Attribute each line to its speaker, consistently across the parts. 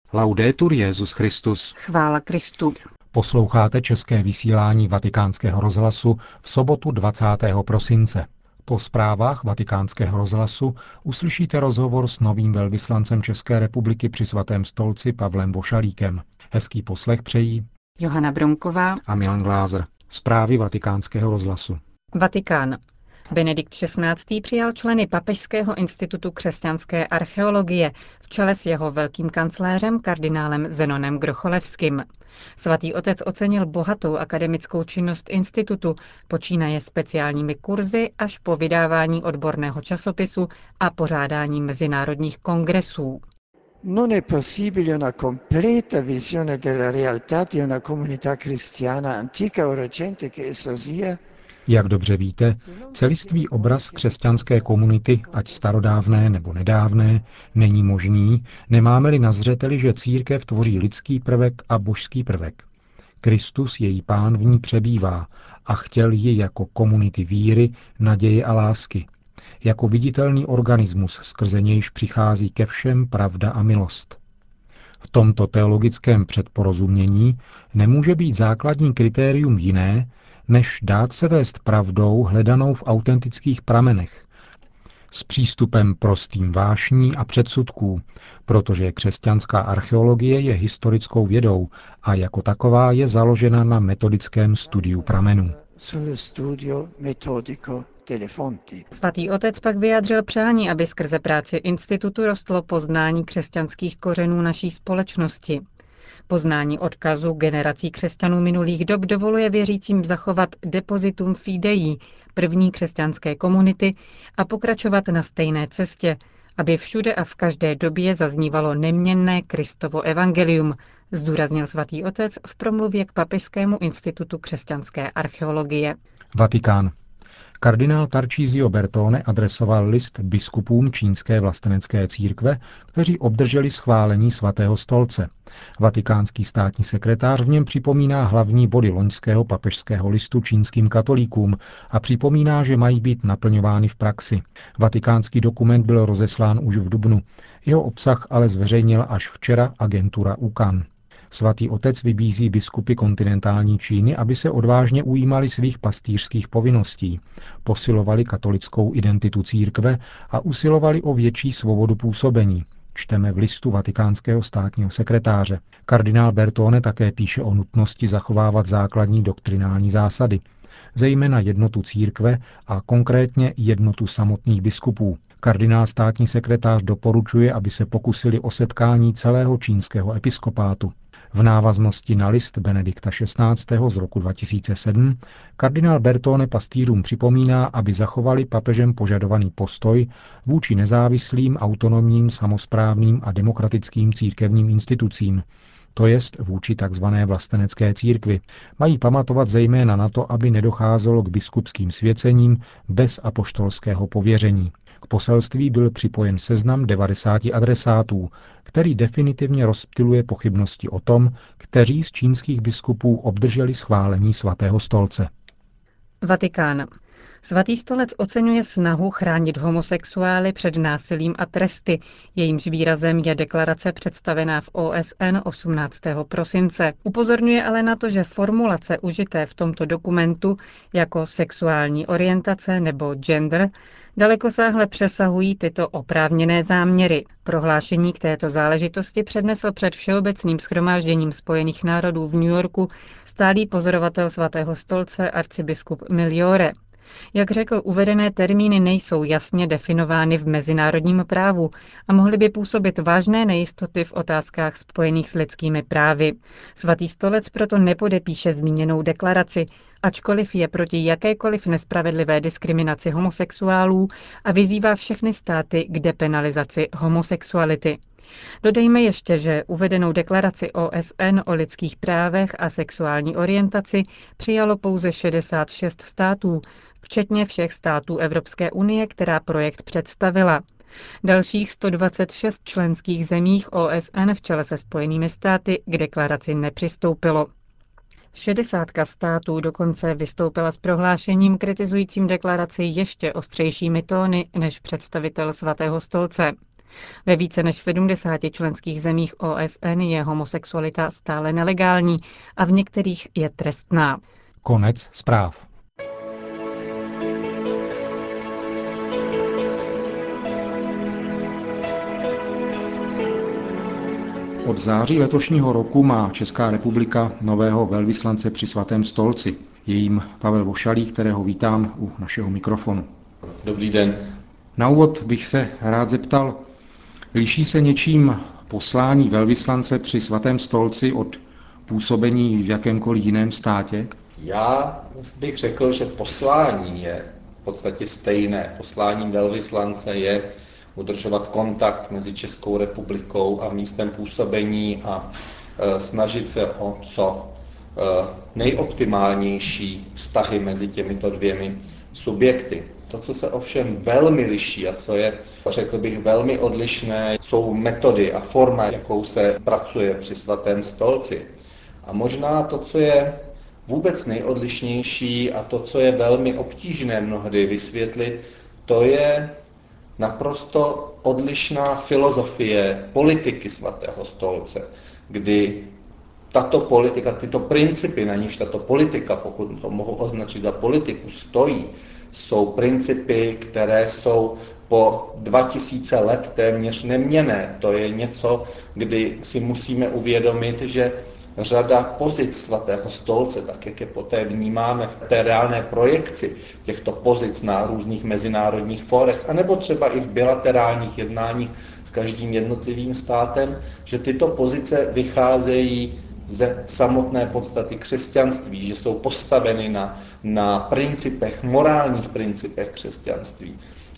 Speaker 1: Laudetur Jesus Christus.
Speaker 2: Chvála Kristu.
Speaker 1: Posloucháte české vysílání Vatikánského rozhlasu v sobotu 20. prosince. Po zprávách Vatikánského rozhlasu uslyšíte rozhovor s novým velvyslancem České republiky při Svatém stolci Pavlem Vošalíkem. Hezký poslech přejí
Speaker 2: Johana Bronková
Speaker 1: a Milan Glázer. Zprávy Vatikánského rozhlasu.
Speaker 2: Vatikán. Benedikt XVI. Přijal členy Papežského institutu křesťanské archeologie v čele s jeho velkým kancléřem kardinálem Zenonem Grocholevským. Svatý otec ocenil bohatou akademickou činnost institutu, počínaje speciálními kurzy až po vydávání odborného časopisu a pořádání mezinárodních kongresů.
Speaker 3: Non è possibile una completa visione della realtà di una comunità cristiana antica o recente che essa sia.
Speaker 1: Jak dobře víte, celistvý obraz křesťanské komunity, ať starodávné nebo nedávné, není možný, nemáme-li na zřeteli, že církev tvoří lidský prvek a božský prvek. Kristus, její pán, v ní přebývá a chtěl ji jako komunity víry, naděje a lásky. Jako viditelný organismus, skrze nějž přichází ke všem pravda a milost. V tomto teologickém předporozumění nemůže být základní kritérium jiné, než dát se vést pravdou hledanou v autentických pramenech, s přístupem prostým vášní a předsudků, protože křesťanská archeologie je historickou vědou a jako taková je založena na metodickém studiu pramenů.
Speaker 2: Svatý otec pak vyjádřil přání, aby skrze práci institutu rostlo poznání křesťanských kořenů naší společnosti. Poznání odkazu generací křesťanů minulých dob dovoluje věřícím zachovat depositum fidei, první křesťanské komunity, a pokračovat na stejné cestě, aby všude a v každé době zaznívalo neměnné Kristovo evangelium, zdůraznil svatý otec v promluvě k Papežskému institutu křesťanské archeologie.
Speaker 1: Vatikán. Kardinál Tarcísio Bertone adresoval list biskupům čínské vlastenecké církve, kteří obdrželi schválení Svatého stolce. Vatikánský státní sekretář v něm připomíná hlavní body loňského papežského listu čínským katolíkům a připomíná, že mají být naplňovány v praxi. Vatikánský dokument byl rozeslán už v dubnu. Jeho obsah ale zveřejnila až včera agentura UCAN. Svatý otec vybízí biskupy kontinentální Číny, aby se odvážně ujímali svých pastýřských povinností, posilovali katolickou identitu církve a usilovali o větší svobodu působení. Čteme v listu vatikánského státního sekretáře. Kardinál Bertone také píše o nutnosti zachovávat základní doktrinální zásady, zejména jednotu církve a konkrétně jednotu samotných biskupů. Kardinál státní sekretář doporučuje, aby se pokusili o setkání celého čínského episkopátu. V návaznosti na list Benedikta XVI. Z roku 2007 kardinál Bertone pastýřům připomíná, aby zachovali papežem požadovaný postoj vůči nezávislým, autonomním, samosprávným a demokratickým církevním institucím, to jest vůči tzv. Vlastenecké církvi. Mají pamatovat zejména na to, aby nedocházelo k biskupským svěcením bez apoštolského pověření. K poselství byl připojen seznam 90 adresátů, který definitivně rozptyluje pochybnosti o tom, kteří z čínských biskupů obdrželi schválení Svatého stolce.
Speaker 2: Vatikán. Svatý stolec oceňuje snahu chránit homosexuály před násilím a tresty, jejímž výrazem je deklarace představená v OSN 18. prosince. Upozorňuje ale na to, že formulace užité v tomto dokumentu jako sexuální orientace nebo gender dalekosáhle přesahují tyto oprávněné záměry. Prohlášení k této záležitosti přednesl před Všeobecným shromážděním Spojených národů v New Yorku stálý pozorovatel Svatého stolce arcibiskup Migliore. Jak řekl, uvedené termíny nejsou jasně definovány v mezinárodním právu a mohly by působit vážné nejistoty v otázkách spojených s lidskými právy. Svatý stolec proto nepodepíše zmíněnou deklaraci, ačkoliv je proti jakékoliv nespravedlivé diskriminaci homosexuálů a vyzývá všechny státy k depenalizaci homosexuality. Dodejme ještě, že uvedenou deklaraci OSN o lidských právech a sexuální orientaci přijalo pouze 66 států, včetně všech států Evropské unie, která projekt představila. Dalších 126 členských zemích OSN v čele se Spojenými státy k deklaraci nepřistoupilo. 60 států dokonce vystoupila s prohlášením kritizujícím deklaraci ještě ostřejšími tóny než představitel Svatého stolce. Ve více než 70 členských zemích OSN je homosexualita stále nelegální a v některých je trestná.
Speaker 1: Konec zpráv. Od září letošního roku má Česká republika nového velvyslance při Svatém stolci. Je jím Pavel Vošalík, kterého vítám u našeho mikrofonu.
Speaker 4: Dobrý den.
Speaker 1: Na úvod bych se rád zeptal, liší se něčím poslání velvyslance při Svatém stolci od působení v jakémkoliv jiném státě?
Speaker 4: Já bych řekl, že poslání je v podstatě stejné. Posláním velvyslance je udržovat kontakt mezi Českou republikou a místem působení a snažit se o co nejoptimálnější vztahy mezi těmito dvěmi subjekty. To, co se ovšem velmi liší a co je, řekl bych, velmi odlišné, jsou metody a forma, jakou se pracuje při Svatém stolci. A možná to, co je vůbec nejodlišnější a to, co je velmi obtížné mnohdy vysvětlit, to je naprosto odlišná filozofie politiky Svatého stolce, kdy tato politika, tyto principy, na níž tato politika, pokud to mohu označit za politiku, stojí, jsou principy, které jsou po 2000 let téměř neměnné. To je něco, kdy si musíme uvědomit, že řada pozic Svatého stolce, tak jak je poté vnímáme v té reálné projekci těchto pozic na různých mezinárodních fórech, anebo třeba i v bilaterálních jednáních s každým jednotlivým státem, že tyto pozice vycházejí ze samotné podstaty křesťanství, že jsou postaveny na principech, morálních principech křesťanství.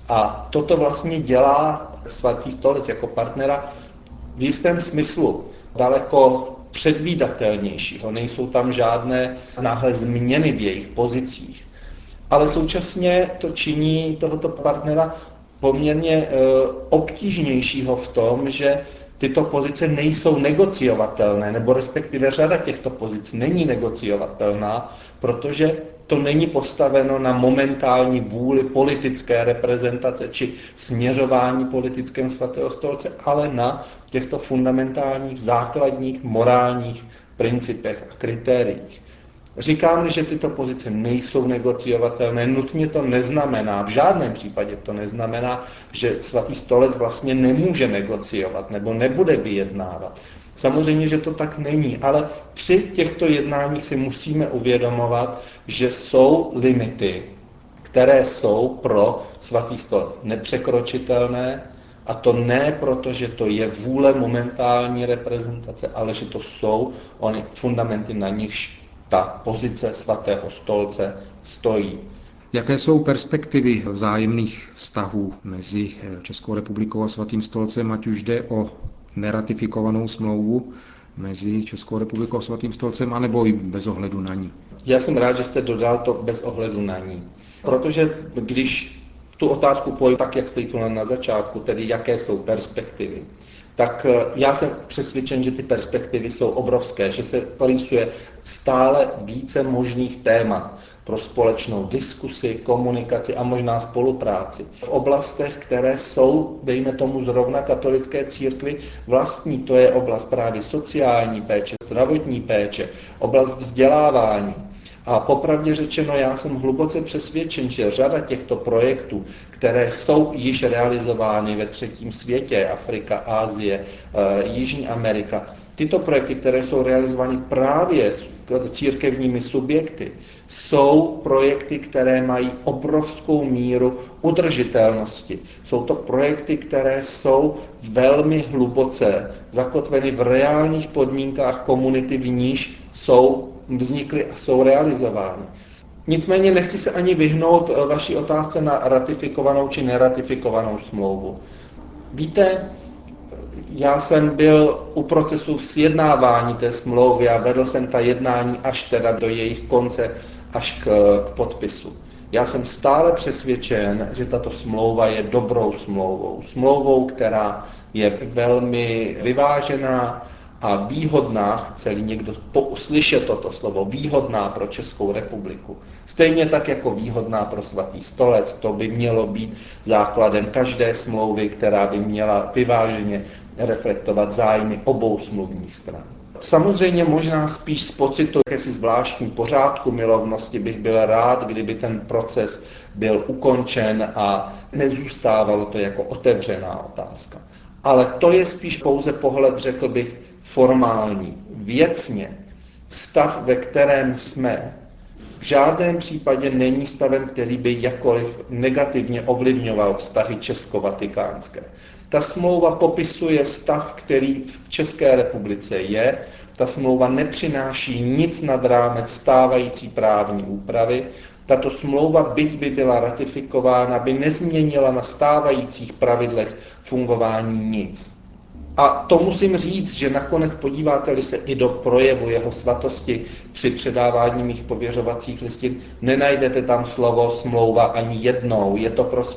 Speaker 4: A toto vlastně dělá Svatý stolec jako partnera v jistém smyslu daleko předvídatelnějšího. Nejsou tam žádné náhle změny v jejich pozicích. Ale současně to činí tohoto partnera poměrně obtížnějšího v tom, že tyto pozice nejsou negociovatelné, nebo respektive řada těchto pozic není negociovatelná, protože to není postaveno na momentální vůli politické reprezentace či směřování politickém Svatého stolce, ale na těchto fundamentálních, základních, morálních principech a kritériích. Říkám, že tyto pozice nejsou negociovatelné, nutně to neznamená, v žádném případě to neznamená, že Svatý stolec vlastně nemůže negociovat nebo nebude vyjednávat. Samozřejmě, že to tak není, ale při těchto jednáních si musíme uvědomovat, že jsou limity, které jsou pro Svatý stolec nepřekročitelné, a to ne proto, že to je vůle momentální reprezentace, ale že to jsou ony fundamenty, na nichž ta pozice Svatého stolce stojí.
Speaker 1: Jaké jsou perspektivy vzájemných vztahů mezi Českou republikou a Svatým stolcem, ať už jde o neratifikovanou smlouvu mezi Českou republikou a Svatým stolcem, anebo i bez ohledu na ní?
Speaker 4: Já jsem rád, že jste dodal to bez ohledu na ní. Protože když tu otázku pojmu tak, jak jste ji na začátku, tedy jaké jsou perspektivy, tak já jsem přesvědčen, že ty perspektivy jsou obrovské, že se rýsuje stále více možných témat pro společnou diskusi, komunikaci a možná spolupráci. V oblastech, které jsou, dejme tomu zrovna katolické církvi, vlastní, to je oblast právě sociální péče, zdravotní péče, oblast vzdělávání. A popravdě řečeno, já jsem hluboce přesvědčen, že řada těchto projektů, které jsou již realizovány ve třetím světě, Afrika, Asie, Jižní Amerika, tyto projekty, které jsou realizovány právě církevními subjekty, jsou projekty, které mají obrovskou míru udržitelnosti. Jsou to projekty, které jsou velmi hluboce zakotveny v reálných podmínkách komunity, v níž vznikly a jsou realizovány. Nicméně nechci se ani vyhnout vaší otázce na ratifikovanou či neratifikovanou smlouvu. Víte, já jsem byl u procesu sjednávání té smlouvy a vedl jsem ta jednání až teda do jejich konce, až k podpisu. Já jsem stále přesvědčen, že tato smlouva je dobrou smlouvou. Smlouvou, která je velmi vyvážená a výhodná, chce-li někdo slyšet toto slovo, výhodná pro Českou republiku, stejně tak jako výhodná pro Svatý stolec, to by mělo být základem každé smlouvy, která by měla vyváženě reflektovat zájmy obou smluvních stran. Samozřejmě možná spíš z pocitu jakési zvláštní pořádku milovnosti bych byl rád, kdyby ten proces byl ukončen a nezůstávalo to jako otevřená otázka. Ale to je spíš pouze pohled, řekl bych, formální. Věcně stav, ve kterém jsme, v žádném případě není stavem, který by jakkoliv negativně ovlivňoval vztahy česko-vatikánské. Ta smlouva popisuje stav, který v České republice je. Ta smlouva nepřináší nic nad rámec stávající právní úpravy. Tato smlouva, byť by byla ratifikována, by nezměnila na stávajících pravidlech fungování nic. A to musím říct, že nakonec podíváte-li se i do projevu jeho svatosti při předávání mých pověřovacích listin, nenajdete tam slovo smlouva ani jednou. Je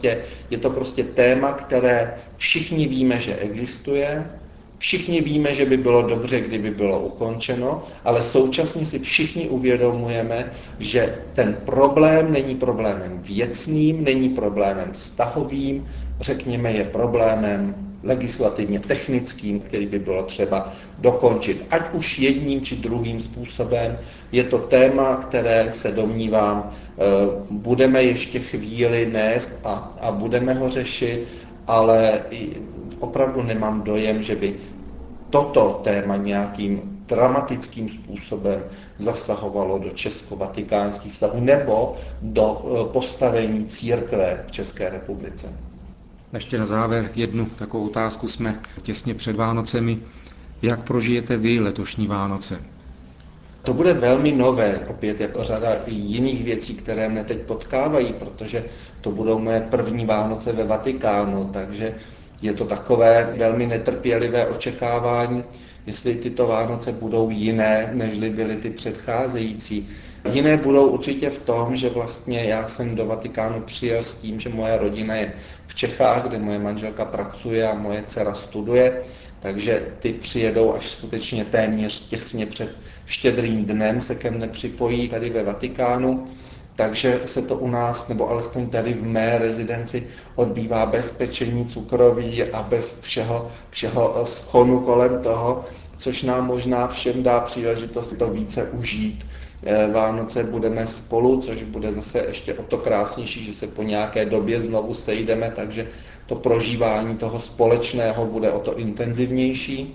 Speaker 4: to prostě téma, které všichni víme, že existuje, všichni víme, že by bylo dobře, kdyby bylo ukončeno, ale současně si všichni uvědomujeme, že ten problém není problémem věcným, není problémem vztahovým, řekněme je problémem legislativně technickým, který by bylo třeba dokončit. Ať už jedním či druhým způsobem. Je to téma, které se domnívám, budeme ještě chvíli nést a budeme ho řešit, ale opravdu nemám dojem, že by toto téma nějakým dramatickým způsobem zasahovalo do česko-vatikánských vztahů nebo do postavení církve v České republice.
Speaker 1: Ještě na závěr jednu takovou otázku, jsme těsně před Vánocemi. Jak prožijete vy letošní Vánoce?
Speaker 4: To bude velmi nové, opět jako řada i jiných věcí, které mne teď potkávají, protože to budou moje první Vánoce ve Vatikánu, takže je to takové velmi netrpělivé očekávání, jestli tyto Vánoce budou jiné, nežli byly ty předcházející. Jiné budou určitě v tom, že vlastně já jsem do Vatikánu přijel s tím, že moje rodina je v Čechách, kde moje manželka pracuje a moje dcera studuje, takže ty přijedou až skutečně téměř těsně před Štědrým dnem se ke mně připojí tady ve Vatikánu, takže se to u nás, nebo alespoň tady v mé rezidenci, odbývá bez pečení cukroví a bez všeho schonu kolem toho, což nám možná všem dá příležitost to více užít. Vánoce budeme spolu, což bude zase ještě o to krásnější, že se po nějaké době znovu sejdeme, takže to prožívání toho společného bude o to intenzivnější.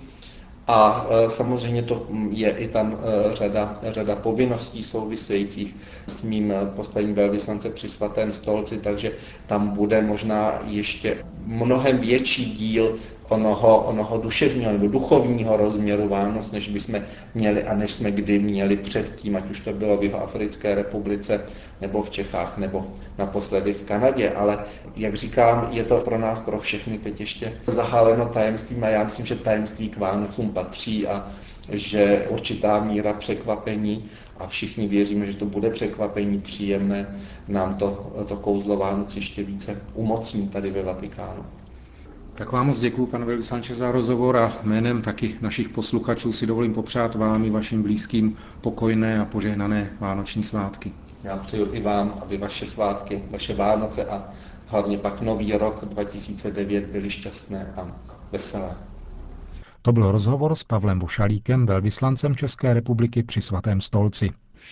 Speaker 4: A samozřejmě to je i tam řada povinností souvisejících s mým postavením velvyslance při Svatém stolci, takže tam bude možná ještě mnohem větší díl onoho duševního nebo duchovního rozměru Vánoc, než bychom měli a než jsme kdy měli předtím, ať už to bylo v Jihoafrické republice, nebo v Čechách, nebo naposledy v Kanadě. Ale jak říkám, je to pro nás, pro všechny teď ještě zaháleno tajemstvím a já myslím, že tajemství k Vánocům patří a že určitá míra překvapení a všichni věříme, že to bude překvapení příjemné, nám to kouzlo Vánoc ještě více umocní tady ve Vatikánu.
Speaker 1: Tak vám moc děkuji, pane velvyslanče, za rozhovor a jménem taky našich posluchačů si dovolím popřát vám i vašim blízkým pokojné a požehnané vánoční svátky.
Speaker 4: Já přeju i vám, aby vaše svátky, vaše Vánoce a hlavně pak nový rok 2009 byly šťastné a veselé.
Speaker 1: To byl rozhovor s Pavlem Vošalíkem, velvyslancem České republiky při Svatém stolci.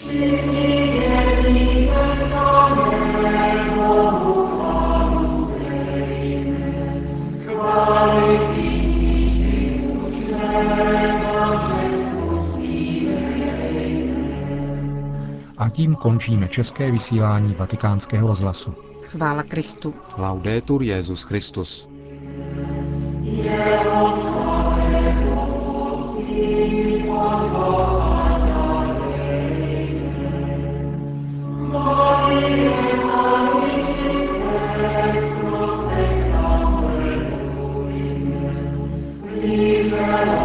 Speaker 1: A tím končíme české vysílání Vatikánského rozhlasu.
Speaker 2: Chvála Kristu.
Speaker 1: Laudetur Jesus Christus. Israel